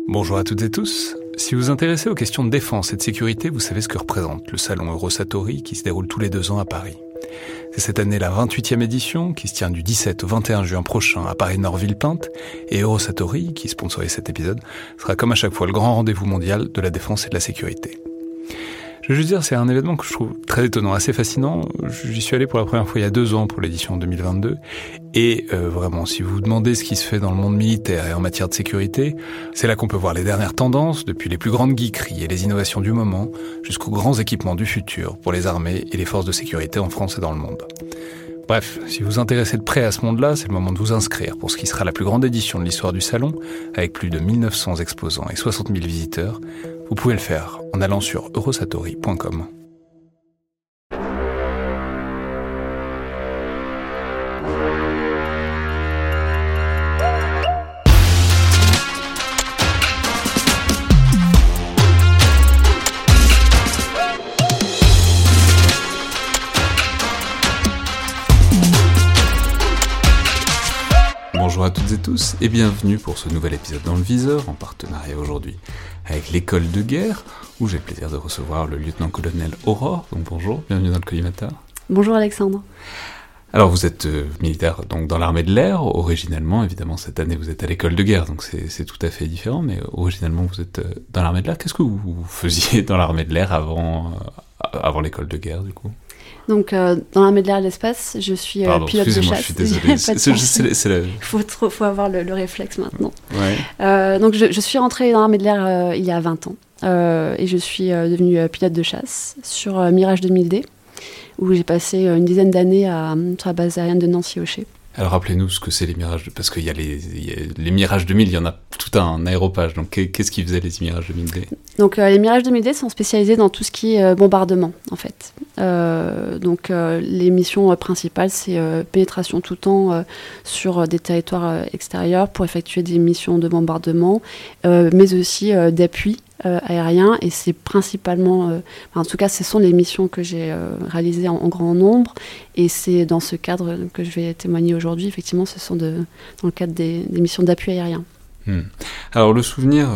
Bonjour à toutes et tous. Si vous vous intéressez aux questions de défense et de sécurité, vous savez ce que représente le salon Eurosatory qui se déroule tous les 2 ans à Paris. C'est cette année la 28e édition qui se tient du 17 au 21 juin prochain à Paris-Nord-Villepinte, et Eurosatory, qui sponsorise cet épisode, sera comme à chaque fois le grand rendez-vous mondial de la défense et de la sécurité. Je veux juste dire, c'est un événement que je trouve très étonnant, assez fascinant. J'y suis allé pour la première fois il y a 2 ans pour l'édition 2022. Et vraiment, si vous vous demandez ce qui se fait dans le monde militaire et en matière de sécurité, c'est là qu'on peut voir les dernières tendances, depuis les plus grandes geekeries et les innovations du moment, jusqu'aux grands équipements du futur pour les armées et les forces de sécurité en France et dans le monde. Bref, si vous vous intéressez de près à ce monde-là, c'est le moment de vous inscrire pour ce qui sera la plus grande édition de l'histoire du salon, avec plus de 1900 exposants et 60 000 visiteurs. Vous pouvez le faire en allant sur eurosatory.com. Bonjour à toutes et tous et bienvenue pour ce nouvel épisode dans le viseur en partenariat aujourd'hui avec l'école de guerre où j'ai le plaisir de recevoir le lieutenant-colonel Aurore. Donc bonjour, bienvenue dans le collimateur. Bonjour Alexandre. Alors vous êtes militaire donc dans l'armée de l'air, originellement évidemment cette année vous êtes à l'école de guerre donc c'est tout à fait différent, mais originellement vous êtes dans l'armée de l'air. Qu'est-ce que vous faisiez dans l'armée de l'air avant l'école de guerre du coup ? Donc, dans l'armée de l'air et de l'espace, je suis pilote de chasse. Je suis désolé. Faut avoir le réflexe maintenant. Ouais. Donc, je suis rentrée dans l'armée de l'air il y a 20 ans. Et je suis devenue pilote de chasse sur Mirage 2000D, où j'ai passé une dizaine d'années sur la base aérienne de Nancy-Ochet. Alors rappelez-nous ce que c'est les Mirages, parce qu'il y a les Mirages 2000, il y en a tout un aéropage, donc qu'est-ce qu'ils faisaient les Mirages 2000D ? Donc les Mirages 2000D sont spécialisés dans tout ce qui est bombardement en fait. Les missions principales c'est pénétration tout temps sur des territoires extérieurs pour effectuer des missions de bombardement, mais aussi d'appui aérien, et c'est principalement, en tout cas ce sont les missions que j'ai réalisées en grand nombre, et c'est dans ce cadre que je vais témoigner aujourd'hui. Effectivement ce sont dans le cadre des missions d'appui aérien. Alors le souvenir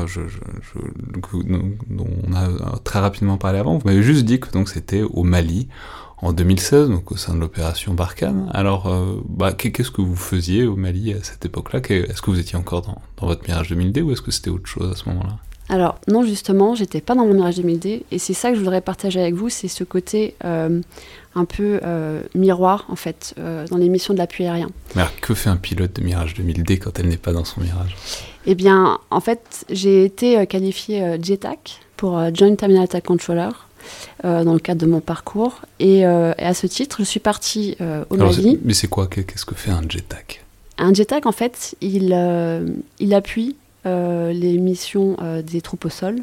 dont on a très rapidement parlé avant, vous m'avez juste dit que donc, c'était au Mali en 2016, donc au sein de l'opération Barkhane. Alors qu'est-ce que vous faisiez au Mali à cette époque-là ? Est-ce que vous étiez encore dans votre Mirage 2000D ou est-ce que c'était autre chose à ce moment-là ? Alors non, justement, j'étais pas dans mon Mirage 2000D, et c'est ça que je voudrais partager avec vous, c'est ce côté un peu miroir en fait dans les missions de l'appui aérien. Mais alors, que fait un pilote de Mirage 2000D quand elle n'est pas dans son Mirage ? Eh bien, en fait, j'ai été qualifiée JTAC pour Joint Terminal Attack Controller dans le cadre de mon parcours, et à ce titre, je suis partie au Mali. Mais c'est quoi ? Qu'est-ce que fait un JTAC ? Un JTAC, en fait, il appuie les missions des troupes au sol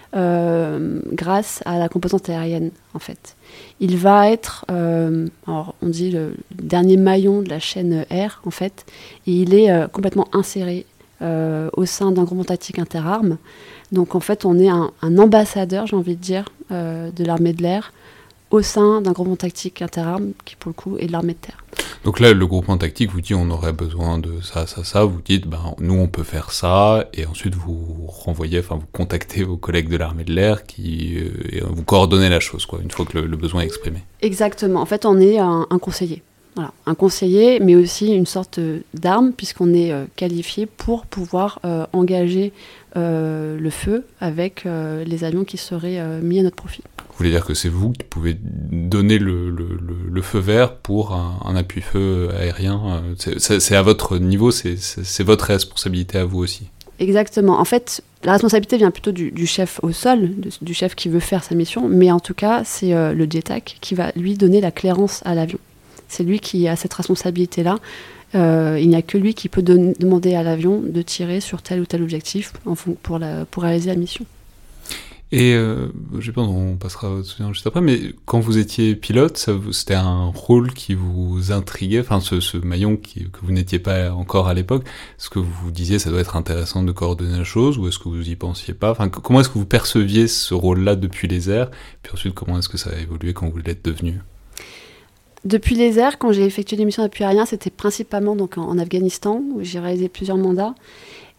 grâce à la composante aérienne, en fait. Il va être, alors on dit le dernier maillon de la chaîne air, en fait, et il est complètement inséré au sein d'un groupement tactique interarmes. Donc en fait, on est un ambassadeur, j'ai envie de dire, de l'armée de l'air au sein d'un groupement tactique interarmes qui, pour le coup, est de l'armée de terre. Donc là, le groupement tactique vous dit on aurait besoin de ça, vous dites nous on peut faire ça, et ensuite vous renvoyez, vous contactez vos collègues de l'armée de l'air et vous coordonnez la chose, quoi, une fois que le besoin est exprimé. Exactement, en fait on est un conseiller. Voilà, un conseiller, mais aussi une sorte d'arme, puisqu'on est qualifié pour pouvoir engager le feu avec les avions qui seraient mis à notre profit. Vous voulez dire que c'est vous qui pouvez donner le feu vert pour un appui-feu aérien, c'est à votre niveau, c'est votre responsabilité à vous aussi. Exactement. En fait, la responsabilité vient plutôt du chef au sol, du chef qui veut faire sa mission, mais en tout cas, c'est le JTAC qui va lui donner la clairance à l'avion. C'est lui qui a cette responsabilité-là. Il n'y a que lui qui peut demander à l'avion de tirer sur tel ou tel objectif pour réaliser la mission. Et je pense on passera au souvenir juste après, mais quand vous étiez pilote, c'était un rôle qui vous intriguait, ce maillon que vous n'étiez pas encore à l'époque. Est-ce que vous vous disiez ça doit être intéressant de coordonner la chose, ou est-ce que vous y pensiez pas ? Comment est-ce que vous perceviez ce rôle-là depuis les airs ? Puis ensuite, comment est-ce que ça a évolué quand vous l'êtes devenu ? Depuis les airs, quand j'ai effectué des missions d'appui aérien, c'était principalement donc en Afghanistan, où j'ai réalisé plusieurs mandats.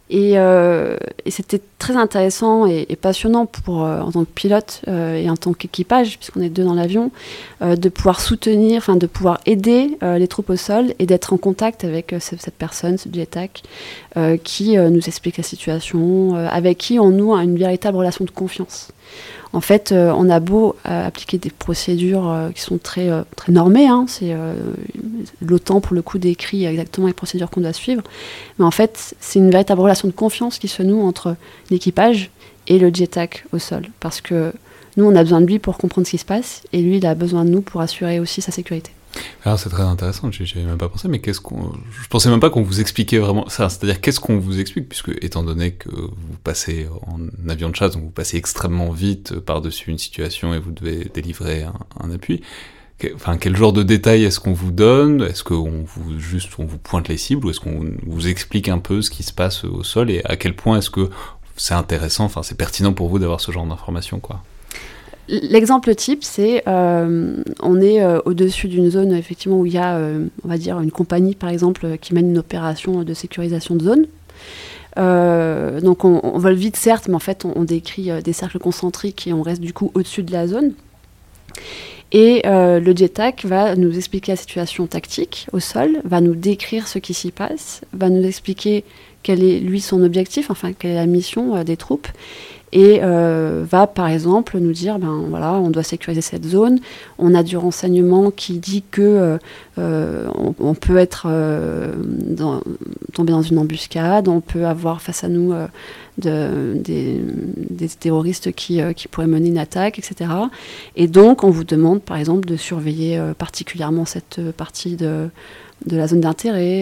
Et c'était très intéressant et passionnant en tant que pilote et en tant qu'équipage, puisqu'on est 2 dans l'avion, de pouvoir soutenir, de pouvoir aider les troupes au sol et d'être en contact avec cette personne, ce JTAC, qui nous explique la situation, avec qui on noue une véritable relation de confiance. En fait, on a beau appliquer des procédures qui sont très normées, c'est l'OTAN pour le coup décrit exactement les procédures qu'on doit suivre, mais en fait, c'est une véritable relation de confiance qui se noue entre l'équipage et le JTAC au sol, parce que nous, on a besoin de lui pour comprendre ce qui se passe, et lui, il a besoin de nous pour assurer aussi sa sécurité. Alors c'est très intéressant, j'y avais même pas pensé, mais je pensais même pas qu'on vous expliquait vraiment ça, c'est-à-dire qu'est-ce qu'on vous explique, puisque étant donné que vous passez en avion de chasse, donc vous passez extrêmement vite par-dessus une situation et vous devez délivrer un appui, quel genre de détails est-ce qu'on vous donne? Est-ce qu'on vous pointe les cibles, ou est-ce qu'on vous explique un peu ce qui se passe au sol, et à quel point est-ce que c'est intéressant, c'est pertinent pour vous d'avoir ce genre d'informations, quoi? L'exemple type, c'est on est au-dessus d'une zone effectivement où il y a, on va dire, une compagnie par exemple qui mène une opération de sécurisation de zone. Donc on vole vite certes, mais en fait on décrit des cercles concentriques et on reste du coup au-dessus de la zone. Et le JTAC va nous expliquer la situation tactique au sol, va nous décrire ce qui s'y passe, va nous expliquer quel est lui son objectif, quelle est la mission des troupes. Et va par exemple nous dire on doit sécuriser cette zone, on a du renseignement qui dit que on peut être tombé dans une embuscade, on peut avoir face à nous des terroristes qui pourraient mener une attaque, etc. Et donc on vous demande par exemple de surveiller particulièrement cette partie de la zone d'intérêt,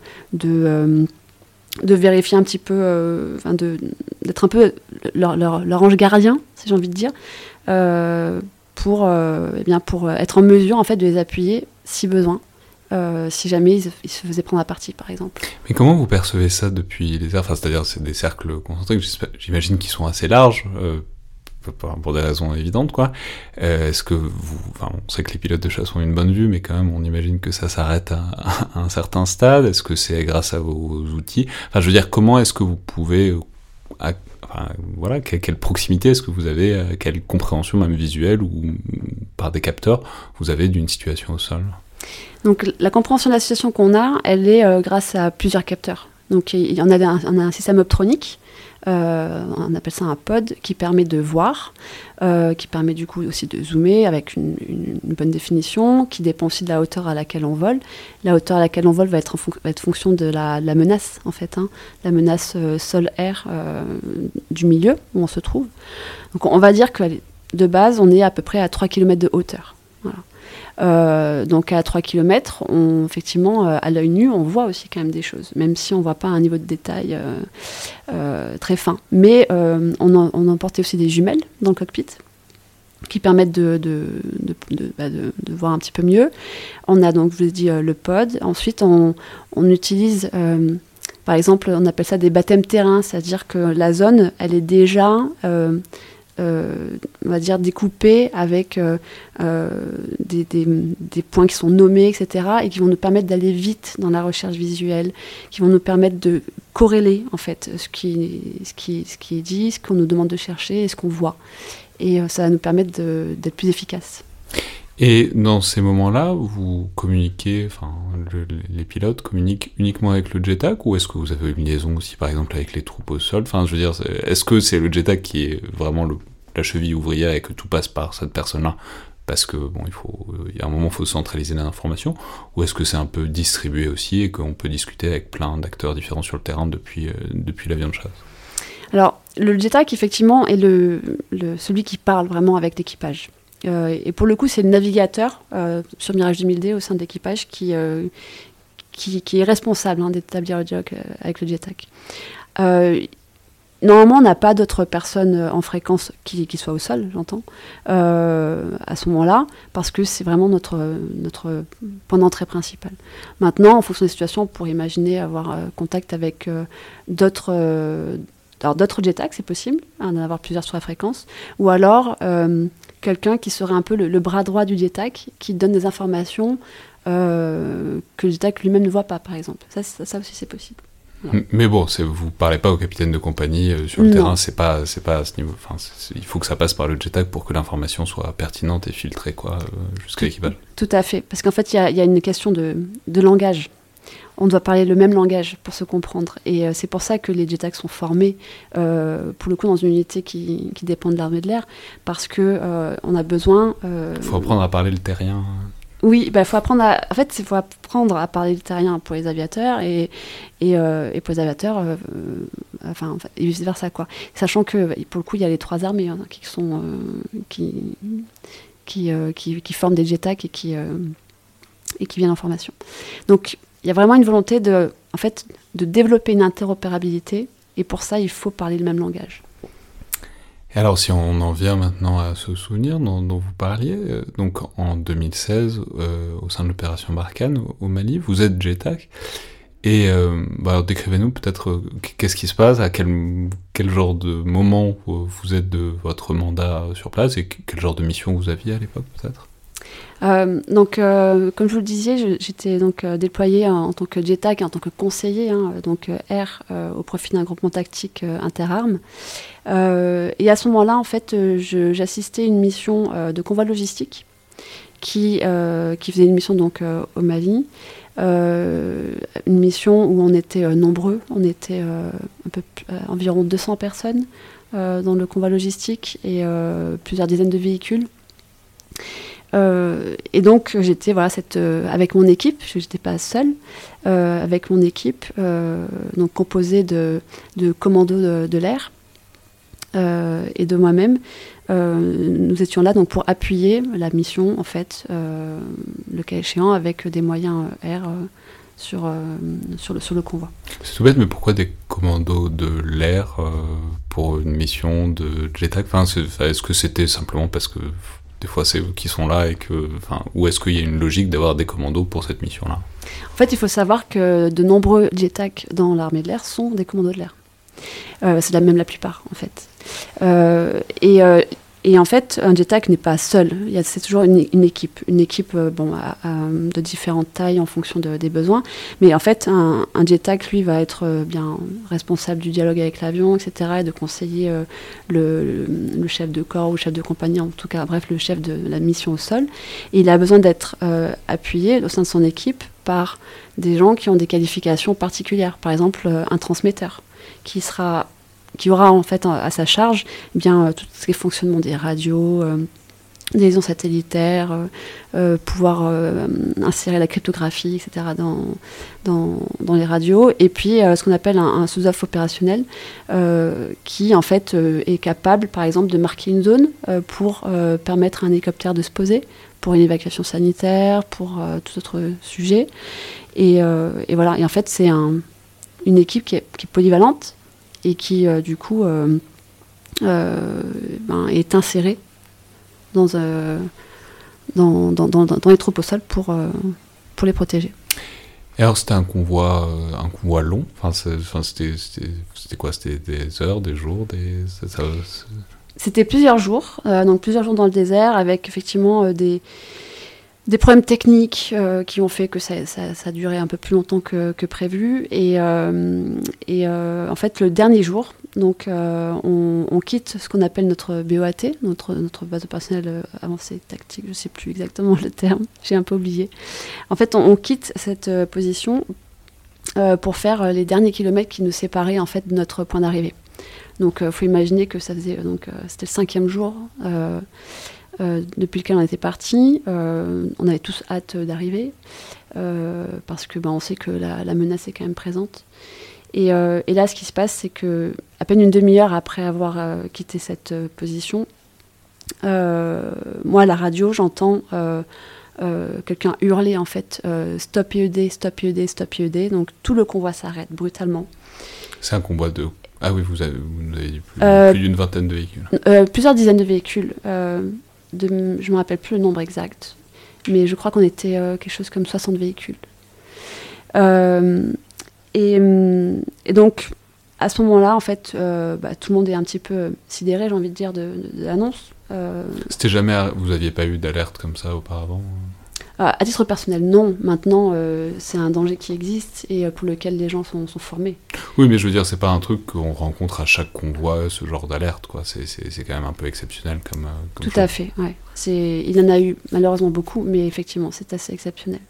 de vérifier un petit peu, d'être un peu leur ange gardien, si j'ai envie de dire, pour être en mesure en fait de les appuyer si besoin, si jamais ils se faisaient prendre à partie, par exemple. Mais comment vous percevez ça depuis les airs? C'est-à-dire c'est des cercles concentriques, j'imagine qu'ils sont assez larges, pour des raisons évidentes, quoi. Est-ce que on sait que les pilotes de chasse ont une bonne vue, mais quand même, on imagine que ça s'arrête à un certain stade. Est-ce que c'est grâce à vos outils? Je veux dire, comment est-ce que vous pouvez, quelle proximité est-ce que vous avez, quelle compréhension même visuelle ou par des capteurs vous avez d'une situation au sol? Donc, la compréhension de la situation qu'on a, elle est grâce à plusieurs capteurs. Donc, on a un système optronique. On appelle ça un pod qui permet de voir, qui permet du coup aussi de zoomer avec une bonne définition, qui dépend aussi de la hauteur à laquelle on vole. La hauteur à laquelle on vole va être fonction de la menace en fait, la menace sol-air du milieu où on se trouve. Donc on va dire que de base on est à peu près à 3 km de hauteur. Voilà. Donc à 3 km, effectivement, à l'œil nu, on voit aussi quand même des choses, même si on ne voit pas un niveau de détail très fin. Mais on emportait aussi des jumelles dans le cockpit qui permettent de voir un petit peu mieux. On a donc, je vous ai dit, le pod. Ensuite, on utilise, par exemple, on appelle ça des baptêmes terrain, c'est-à-dire que la zone, elle est déjà... on va dire découpés avec des points qui sont nommés, etc., et qui vont nous permettre d'aller vite dans la recherche visuelle, qui vont nous permettre de corréler en fait ce qui est dit, ce qu'on nous demande de chercher et ce qu'on voit. Et ça va nous permettre d'être plus efficaces. Et dans ces moments-là, vous communiquez, les pilotes communiquent uniquement avec le JTAC, ou est-ce que vous avez une liaison aussi, par exemple, avec les troupes au sol? Je veux dire, est-ce que c'est le JTAC qui est vraiment la cheville ouvrière et que tout passe par cette personne-là, parce que il y a un moment, il faut centraliser l'information, ou est-ce que c'est un peu distribué aussi et qu'on peut discuter avec plein d'acteurs différents sur le terrain depuis l'avion de chasse? Alors, le JTAC, effectivement, est celui qui parle vraiment avec l'équipage. Et pour le coup, c'est le navigateur sur Mirage 2000D au sein de l'équipage qui est responsable d'établir le dialogue avec le JTAC. Normalement, on n'a pas d'autres personnes en fréquence qui soient au sol, j'entends, à ce moment-là, parce que c'est vraiment notre point d'entrée principal. Maintenant, en fonction des situations, on pourrait imaginer avoir contact avec d'autres JTAC, c'est possible, d'en avoir plusieurs sur la fréquence, ou alors quelqu'un qui serait un peu le bras droit du JTAC, qui donne des informations que le JTAC lui-même ne voit pas, par exemple. Ça aussi, c'est possible. Voilà. Mais bon, vous parlez pas au capitaine de compagnie sur le terrain, c'est pas à ce niveau. Enfin, il faut que ça passe par le JTAC pour que l'information soit pertinente et filtrée, jusqu'à l'équipage. Tout à fait, parce qu'en fait, il y a une question de langage. On doit parler le même langage pour se comprendre. Et c'est pour ça que les JTAC sont formés, pour le coup, dans une unité qui dépend de l'armée de l'air, parce que on a besoin... Il faut apprendre à parler le terrien. Oui, faut apprendre à parler le terrien pour les aviateurs et pour les aviateurs, et vice versa, quoi. Sachant que pour le coup, il y a les 3 armées qui forment des JTAC et qui viennent en formation. Donc, il y a vraiment une volonté de développer une interopérabilité, et pour ça, il faut parler le même langage. Et alors, si on en vient maintenant à ce souvenir dont vous parliez, donc en 2016, au sein de l'opération Barkhane au Mali, vous êtes JTAC, et alors décrivez-nous peut-être qu'est-ce qui se passe, à quel genre de moment vous êtes de votre mandat sur place, et quel genre de mission vous aviez à l'époque peut-être. Donc, comme je vous le disais, j'étais donc déployée en tant que JTAC, en tant que conseiller, donc air, au profit d'un groupement tactique interarmes. Et à ce moment-là, en fait, j'assistais une mission de convoi logistique qui faisait une mission donc au Mali, une mission où on était nombreux, on était environ 200 personnes dans le convoi logistique et plusieurs dizaines de véhicules. Et donc j'étais avec mon équipe, je n'étais pas seule, avec mon équipe, donc composée de commandos de l'air et de moi-même. Nous étions là donc pour appuyer la mission, en fait, le cas échéant, avec des moyens air sur le convoi. C'est tout bête, mais pourquoi des commandos de l'air pour une mission de JTAC? Est-ce que c'était simplement parce que des fois c'est eux qui sont là ou est-ce qu'il y a une logique d'avoir des commandos pour cette mission-là? En fait, il faut savoir que de nombreux JTAC dans l'armée de l'air sont des commandos de l'air. C'est même la plupart, en fait. Et en fait, un JTAC n'est pas seul. C'est toujours une équipe. Une équipe de différentes tailles en fonction des besoins. Mais en fait, un JTAC, lui, va être bien responsable du dialogue avec l'avion, etc. Et de conseiller le chef de corps ou le chef de compagnie, en tout cas, bref, le chef de la mission au sol. Et il a besoin d'être appuyé au sein de son équipe par des gens qui ont des qualifications particulières. Par exemple, un transmetteur qui aura en fait à sa charge tout ce qui est fonctionnement des radios, des liaisons satellitaires, pouvoir insérer la cryptographie, etc. dans les radios, et puis ce qu'on appelle un sous-off opérationnel qui en fait est capable par exemple de marquer une zone pour permettre à un hélicoptère de se poser pour une évacuation sanitaire, pour tout autre sujet, et voilà. Et en fait c'est une équipe qui est polyvalente et qui, du coup, est insérée dans les troupes au sol pour les protéger. Et alors, c'était un convoi long. C'était quoi? C'était des heures, des jours, C'était plusieurs jours, donc plusieurs jours dans le désert, avec effectivement des problèmes techniques qui ont fait que ça a duré un peu plus longtemps que prévu. Et en fait, le dernier jour, donc, on quitte ce qu'on appelle notre BOAT, notre base opérationnelle avancée tactique, je ne sais plus exactement le terme, j'ai un peu oublié. En fait, on quitte cette position pour faire les derniers kilomètres qui nous séparaient en fait, de notre point d'arrivée. Donc, il faut imaginer que ça faisait, c'était le 5e jour depuis lequel on était partis. On avait tous hâte d'arriver parce que on sait que la menace est quand même présente. Et là, ce qui se passe, c'est que à peine une demi-heure après avoir quitté cette position, moi, à la radio, j'entends quelqu'un hurler en fait stop IED, stop IED, stop IED. Donc tout le convoi s'arrête brutalement. C'est un convoi de... Ah oui, vous avez dit plus d'une vingtaine de véhicules. Plusieurs dizaines de véhicules. Je ne me rappelle plus le nombre exact, mais je crois qu'on était quelque chose comme 60 véhicules. Et donc, à ce moment-là, en fait, tout le monde est un petit peu sidéré, j'ai envie de dire, de l'annonce. C'était jamais... Vous n'aviez pas eu d'alerte comme ça auparavant? À titre personnel, non. Maintenant, c'est un danger qui existe et pour lequel les gens sont formés. Oui, mais je veux dire, c'est pas un truc qu'on rencontre à chaque convoi, ce genre d'alerte, quoi. C'est quand même un peu exceptionnel comme Tout chose. à fait, ouais. Il y en a eu malheureusement beaucoup, mais effectivement, c'est assez exceptionnel.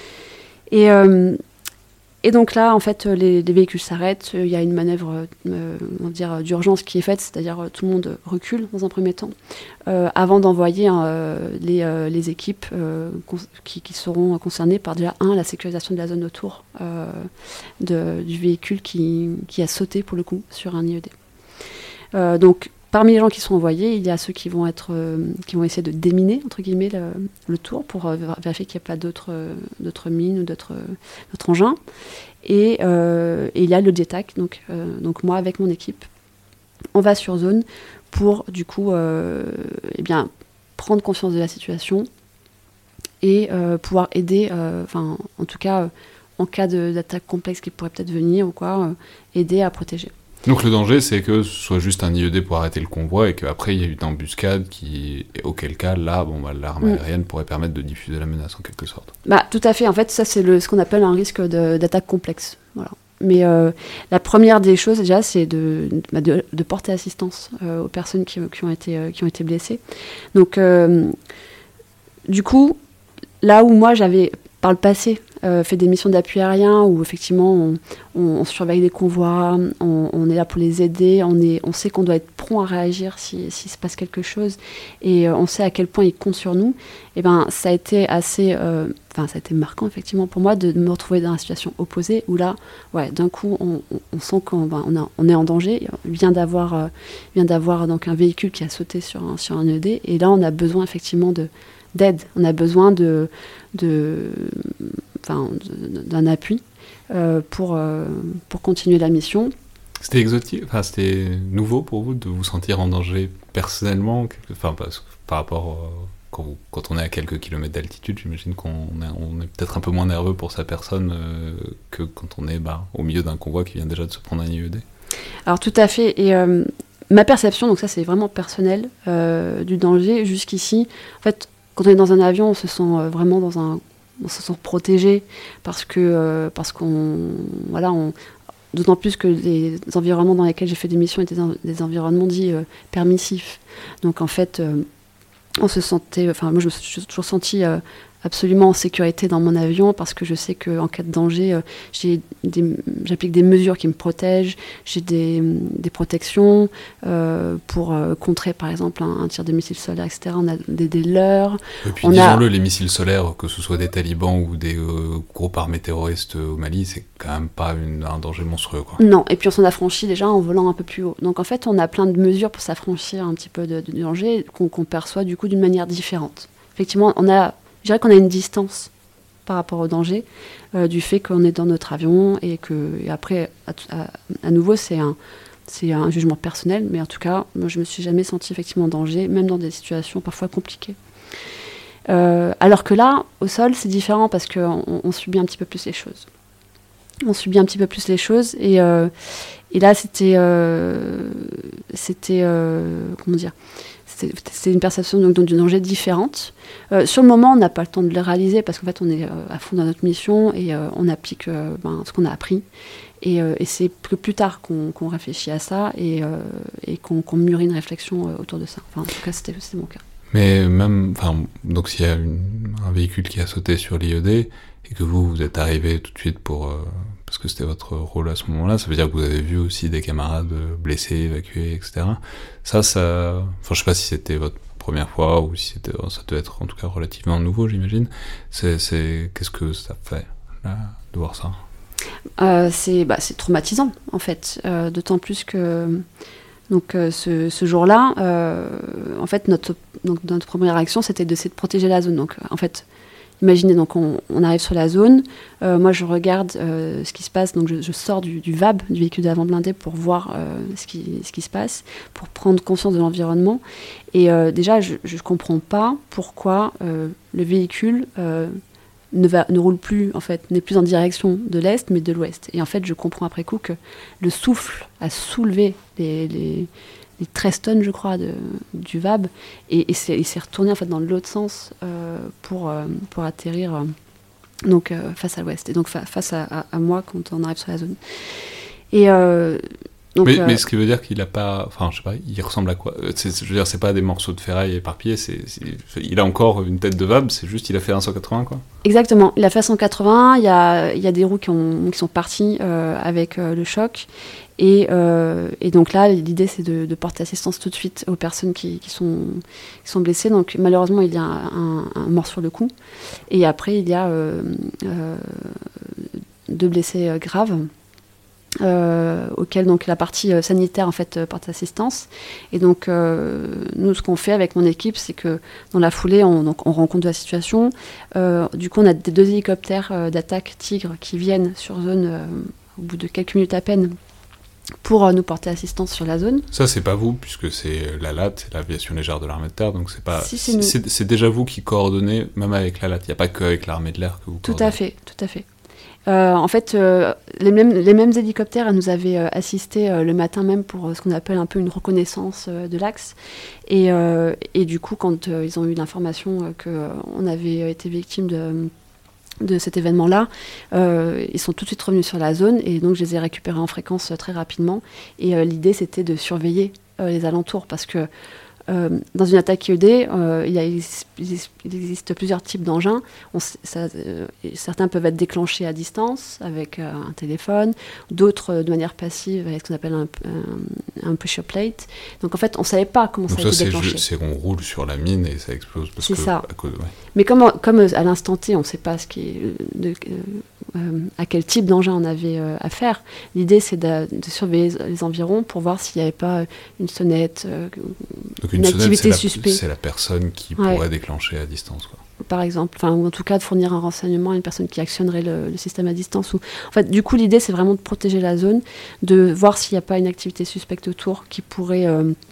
Et donc là, en fait, les véhicules s'arrêtent. Il y a une manœuvre, on va dire, d'urgence qui est faite, c'est-à-dire tout le monde recule dans un premier temps, avant d'envoyer les équipes qui seront concernées par déjà la sécurisation de la zone autour du véhicule qui a sauté pour le coup sur un IED. Donc parmi les gens qui sont envoyés, il y a ceux qui vont essayer de déminer entre guillemets le tour pour vérifier qu'il n'y a pas d'autres mines ou d'autres engins. Et il y a le JTAC, donc moi avec mon équipe, on va sur zone pour du coup prendre conscience de la situation et pouvoir aider, en tout cas en cas d'attaque complexe qui pourrait peut-être venir ou quoi, aider à protéger. Donc le danger, c'est que ce soit juste un IED pour arrêter le convoi et qu'après il y a une embuscade auquel cas, là, l'arme aérienne pourrait permettre de diffuser la menace en quelque sorte. Tout à fait. En fait, ça c'est ce qu'on appelle un risque d'attaque complexe. Voilà. Mais la première des choses déjà, c'est de porter assistance aux personnes qui ont été blessées. Donc, du coup, là où moi j'avais par le passé fait des missions d'appui aérien où effectivement on surveille les convois, on est là pour les aider, on sait qu'on doit être prompt à réagir s'il se passe quelque chose et on sait à quel point ils comptent sur nous. Et ça a été assez, ça a été marquant effectivement pour moi de me retrouver dans la situation opposée où là, d'un coup on sent qu'on est en danger. Il vient d'avoir donc un véhicule qui a sauté sur un ED et là on a besoin effectivement d'aide, on a besoin d'un appui pour continuer la mission. C'était exotique, c'était nouveau pour vous de vous sentir en danger personnellement, par rapport quand on est à quelques kilomètres d'altitude, j'imagine qu'on est peut-être un peu moins nerveux pour sa personne que quand on est au milieu d'un convoi qui vient déjà de se prendre un IED. Alors tout à fait, et ma perception, donc ça c'est vraiment personnel, du danger jusqu'ici, en fait quand on est dans un avion, on se sent vraiment on se sent protégé parce qu'on d'autant plus que les environnements dans lesquels j'ai fait des missions étaient des environnements dits permissifs. Donc en fait, on se sentait, moi je me suis toujours sentie absolument en sécurité dans mon avion parce que je sais qu'en cas de danger, j'applique des mesures qui me protègent, j'ai des protections pour contrer par exemple un tir de missile solaire, etc. On a des leurres. Et puis disons-le, les missiles solaires, que ce soit des talibans ou des groupes armés terroristes au Mali, c'est quand même pas un danger monstrueux, quoi. Non, et puis on s'en affranchit déjà en volant un peu plus haut. Donc en fait, on a plein de mesures pour s'affranchir un petit peu de danger qu'on perçoit du coup d'une manière différente. Effectivement, je dirais qu'on a une distance par rapport au danger du fait qu'on est dans notre avion et après, à nouveau, c'est un jugement personnel, mais en tout cas, moi, je me suis jamais sentie effectivement en danger, même dans des situations parfois compliquées. Alors que là, au sol, c'est différent parce qu'on subit un petit peu plus les choses. On subit un petit peu plus les choses et là, c'était comment dire ? C'est une perception donc d'une danger différente. Sur le moment, on n'a pas le temps de le réaliser parce qu'en fait, on est à fond dans notre mission et on applique ce qu'on a appris. Et c'est que plus tard qu'on réfléchit à ça et qu'on mûrit une réflexion autour de ça. Enfin, en tout cas, c'était mon cas. Mais même, donc s'il y a un véhicule qui a sauté sur l'IED et que vous êtes arrivé tout de suite parce que c'était votre rôle à ce moment-là, ça veut dire que vous avez vu aussi des camarades blessés, évacués, etc. Ça, je sais pas si c'était votre première fois ou si ça devait être en tout cas relativement nouveau, j'imagine. Qu'est-ce que ça fait là, de voir ça ? C'est traumatisant en fait, d'autant plus que donc ce jour-là, en fait notre première réaction c'était d'essayer de protéger la zone. Donc en fait, imaginez, donc on arrive sur la zone, moi je regarde ce qui se passe, donc je sors du VAB, du véhicule d'avant blindé, pour voir ce qui se passe, pour prendre conscience de l'environnement. Et déjà, je ne comprends pas pourquoi le véhicule ne roule plus, en fait, n'est plus en direction de l'Est, mais de l'Ouest. Et en fait, je comprends après coup que le souffle a soulevé les 13 tonnes, je crois, du VAB, et il s'est retourné en fait, dans l'autre sens pour atterrir donc face à l'ouest et donc face à moi quand on arrive sur la zone. Et donc, mais ce qui veut dire qu'il a pas, enfin je sais pas, il ressemble à quoi? Je veux dire, c'est pas des morceaux de ferraille éparpillés, il a encore une tête de Vab, c'est juste il a fait un 180 quoi. Exactement, il a fait 180, il y a des roues qui sont parties avec le choc. Et donc là, l'idée, c'est de porter assistance tout de suite aux personnes qui sont blessées. Donc malheureusement, il y a un mort sur le coup. Et après, il y a 2 blessés graves. Auquel donc la partie sanitaire en fait porte assistance. Et donc nous, ce qu'on fait avec mon équipe, c'est que dans la foulée, on rend compte de la situation. Du coup, on a des 2 hélicoptères d'attaque Tigre qui viennent sur zone au bout de quelques minutes à peine pour nous porter assistance sur la zone. Ça, c'est pas vous, puisque c'est la LAT, c'est l'aviation légère de l'armée de terre, donc c'est pas. Si, c'est déjà vous qui coordonnez, même avec la LAT. Il n'y a pas qu'avec l'armée de l'air que vous coordonnez. Tout à fait. En fait, les mêmes hélicoptères nous avaient assisté le matin même pour ce qu'on appelle un peu une reconnaissance de l'axe. Et du coup, quand ils ont eu l'information qu'on avait été victime de cet événement-là, ils sont tout de suite revenus sur la zone et donc je les ai récupérés en fréquence très rapidement. Et l'idée, c'était de surveiller les alentours parce que dans une attaque IED, il existe plusieurs types d'engins. Certains peuvent être déclenchés à distance avec un téléphone, d'autres de manière passive avec ce qu'on appelle un pusher plate. Donc en fait, on ne savait pas comment ça a été déclenché. C'est qu'on roule sur la mine et ça explose. C'est ça. Mais comme à l'instant T, on ne sait pas à quel type d'engin on avait affaire, l'idée c'est de surveiller les environs pour voir s'il n'y avait pas une sonnette, donc une activité suspecte. C'est la personne qui pourrait déclencher à distance, quoi. Par exemple, ou en tout cas de fournir un renseignement à une personne qui actionnerait le système à distance. En fait, du coup, l'idée c'est vraiment de protéger la zone, de voir s'il n'y a pas une activité suspecte autour qui pourrait,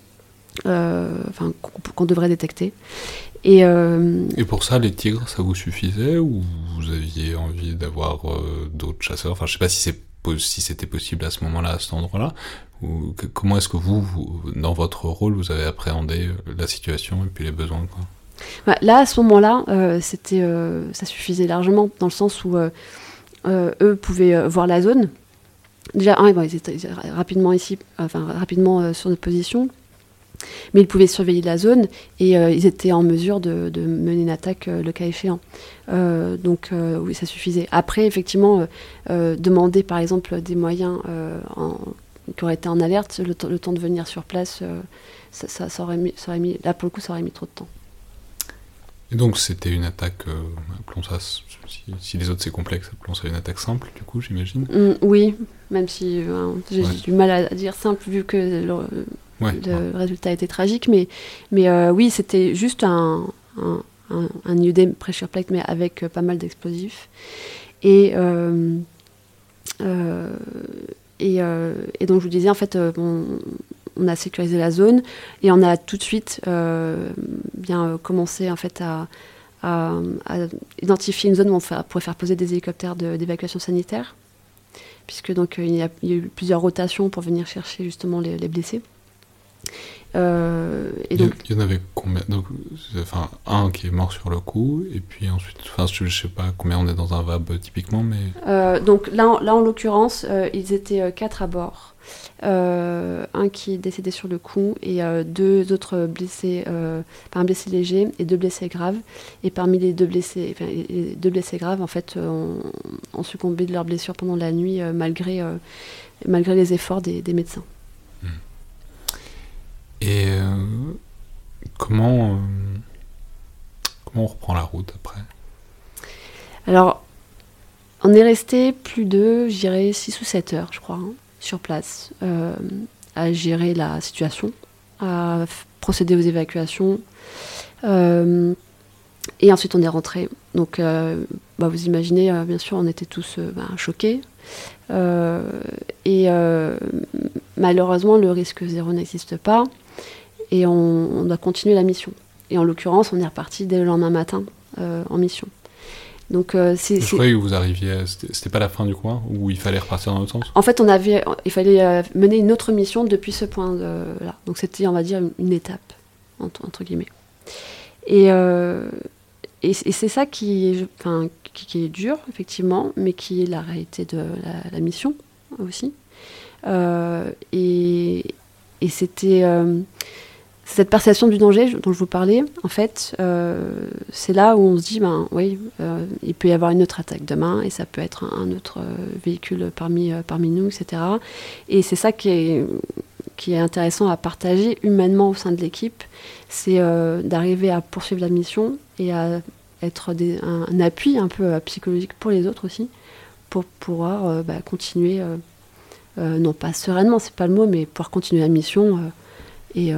qu'on devrait détecter. Et pour ça, les tigres, ça vous suffisait ou vous aviez envie d'avoir d'autres chasseurs? Enfin, je sais pas si c'était possible à ce moment-là, à cet endroit-là. Ou comment est-ce que vous, dans votre rôle, vous avez appréhendé la situation et puis les besoins, quoi? Là, à ce moment-là, ça suffisait largement, dans le sens où eux pouvaient voir la zone. Déjà, ils étaient rapidement rapidement sur notre position. Mais ils pouvaient surveiller la zone et ils étaient en mesure de mener une attaque le cas échéant. Donc oui, ça suffisait. Après, effectivement, demander par exemple des moyens qui auraient été en alerte, le temps de venir sur place, ça aurait mis, là pour le coup, ça aurait mis trop de temps. Et donc c'était une attaque, appelons ça, si les autres c'est complexe, appelons ça une attaque simple, du coup, j'imagine. Oui, même si j'ai du mal à dire simple vu que le résultat était tragique, mais oui, c'était juste un IED pressure plate, mais avec pas mal d'explosifs. Et donc je vous disais, en fait, on a sécurisé la zone et on a tout de suite commencé en fait à identifier une zone où on pourrait faire poser des hélicoptères d'évacuation sanitaire, puisque donc il y a eu plusieurs rotations pour venir chercher justement les blessés. Et donc, il y en avait combien? Donc, un qui est mort sur le coup, et puis ensuite, je sais pas combien on est dans un VAB typiquement, mais... donc là en l'occurrence, ils étaient 4 à bord. Un qui est décédé sur le coup et 2 autres blessés, un blessé léger et 2 blessés graves. Et parmi les 2 blessés, les 2 blessés graves, en fait, ont succombé de leurs blessures pendant la nuit malgré les efforts des médecins. Et comment on reprend la route après? Alors, on est resté plus de, je dirais, 6 ou 7 heures, je crois, sur place, à gérer la situation, à procéder aux évacuations. Et ensuite, on est rentré. Donc, vous imaginez, bien sûr, on était tous choqués. Et malheureusement, le risque zéro n'existe pas. Et on doit continuer la mission. Et en l'occurrence, on est reparti dès le lendemain matin en mission. Donc, je croyais que vous arriviez, c'était pas la fin du coin où il fallait repartir dans l'autre sens? En fait, il fallait mener une autre mission depuis ce point-là. Donc c'était, on va dire, une étape, entre guillemets. Et et c'est ça qui est dur, effectivement, mais qui est la réalité de la mission aussi. Et c'était cette perception du danger dont je vous parlais, en fait, c'est là où on se dit, il peut y avoir une autre attaque demain, et ça peut être un autre véhicule parmi nous, etc. Et c'est ça qui est intéressant à partager humainement au sein de l'équipe, c'est d'arriver à poursuivre la mission et à être un appui un peu psychologique pour les autres aussi, pour pouvoir continuer, non pas sereinement, c'est pas le mot, mais pouvoir continuer la mission et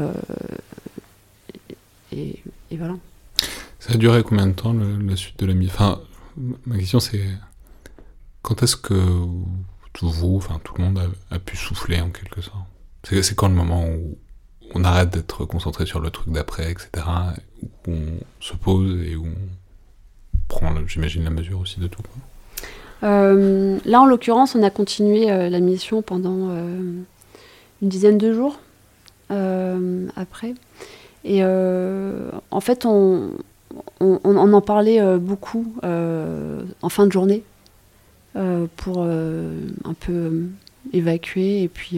voilà. Ça a duré combien de temps la suite de la mission? Enfin, ma question c'est quand est-ce que vous, enfin tout le monde a pu souffler en quelque sorte? C'est quand le moment où on arrête d'être concentré sur le truc d'après, etc., où on se pose et où on prend, j'imagine, la mesure aussi de tout, quoi. Là, en l'occurrence, on a continué la mission pendant une dizaine de jours après. Et en fait, on en parlait beaucoup en fin de journée pour un peu évacuer et puis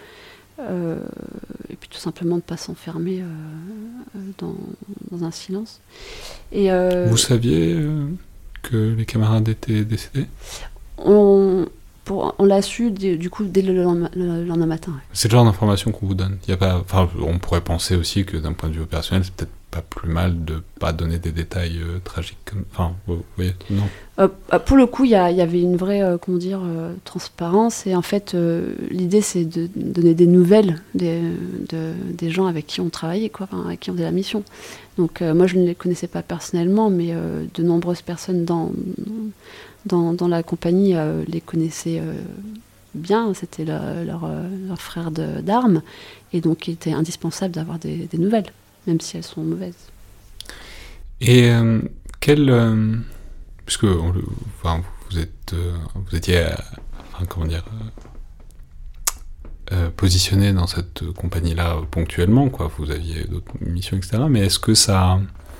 tout simplement ne pas s'enfermer dans un silence. Et, vous saviez que les camarades étaient décédés? On l'a su du coup dès le lendemain matin. Ouais. C'est le genre d'information qu'on vous donne. On pourrait penser aussi que d'un point de vue opérationnel, c'est peut-être pas plus mal de pas donner des détails tragiques. Vous voyez, non. Pour le coup, il y avait une vraie transparence, et en fait, l'idée c'est de donner des nouvelles des gens avec qui on travaillait, avec qui on faisait la mission. Donc moi, je ne les connaissais pas personnellement, mais de nombreuses personnes dans la compagnie les connaissaient bien. C'était leur frère d'armes, et donc il était indispensable d'avoir des nouvelles, même si elles sont mauvaises. Et puisque vous étiez positionné dans cette compagnie-là ponctuellement, quoi. Vous aviez d'autres missions, etc. Mais est-ce que ça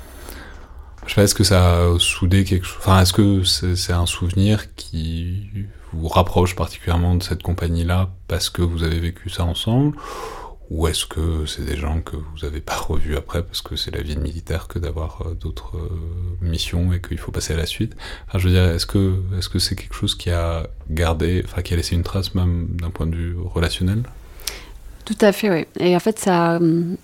a soudé quelque chose? Enfin, est-ce que c'est un souvenir qui vous rapproche particulièrement de cette compagnie-là parce que vous avez vécu ça ensemble? Ou est-ce que c'est des gens que vous n'avez pas revus après parce que c'est la vie de militaire que d'avoir d'autres missions et qu'il faut passer à la suite? Enfin, je veux dire, est-ce que c'est quelque chose qui a qui a laissé une trace même d'un point de vue relationnel? Tout à fait, oui. Et en fait, ça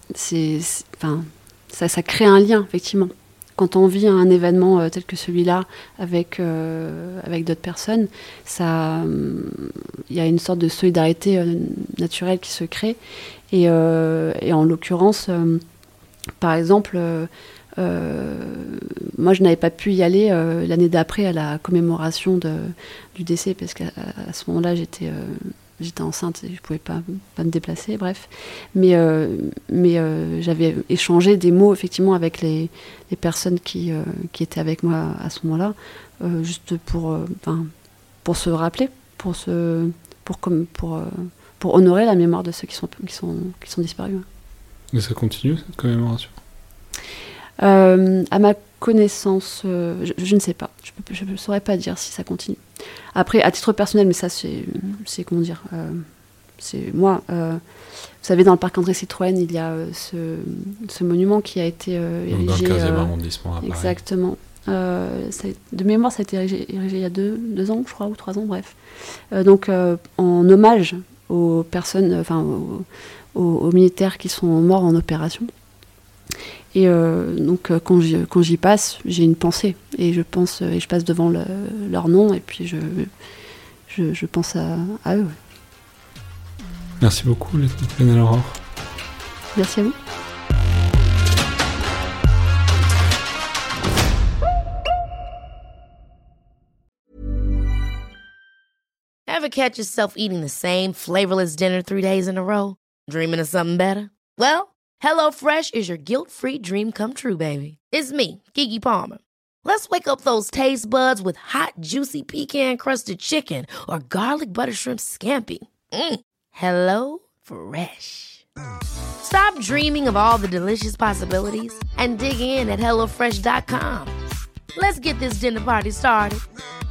crée un lien, effectivement. Quand on vit un événement tel que celui-là avec d'autres personnes, il y a une sorte de solidarité naturelle qui se crée. Et en l'occurrence, par exemple, moi je n'avais pas pu y aller l'année d'après à la commémoration du décès, parce qu'à ce moment-là j'étais enceinte et je pouvais pas me déplacer, bref. Mais j'avais échangé des mots effectivement avec les personnes qui étaient avec moi à ce moment-là, juste pour se rappeler, pour honorer la mémoire de ceux qui sont disparus. Et ça continue, cette commémoration? À ma connaissance, je ne sais pas. Je ne saurais pas dire si ça continue. Après, à titre personnel, mais ça, c'est comment dire, c'est moi. Vous savez, dans le parc André Citroën, il y a ce monument qui a été érigé. Dans le 15e arrondissement, à Paris. Exactement. De mémoire, ça a été érigé il y a 2 ans, je crois, ou 3 ans, bref. Donc, en hommage aux personnes, aux militaires qui sont morts en opération. Et donc quand j'y passe, j'ai une pensée, et je passe devant leur nom, et puis je pense à eux. Ouais. Merci beaucoup, Lieutenant Aurore. Merci à vous. Ever catch yourself eating the same flavorless dinner 3 days in a row? Dreaming of something better? Well, HelloFresh is your guilt-free dream come true, baby. It's me, Keke Palmer. Let's wake up those taste buds with hot, juicy pecan-crusted chicken or garlic butter shrimp scampi. Hello Fresh. Stop dreaming of all the delicious possibilities and dig in at HelloFresh.com. Let's get this dinner party started.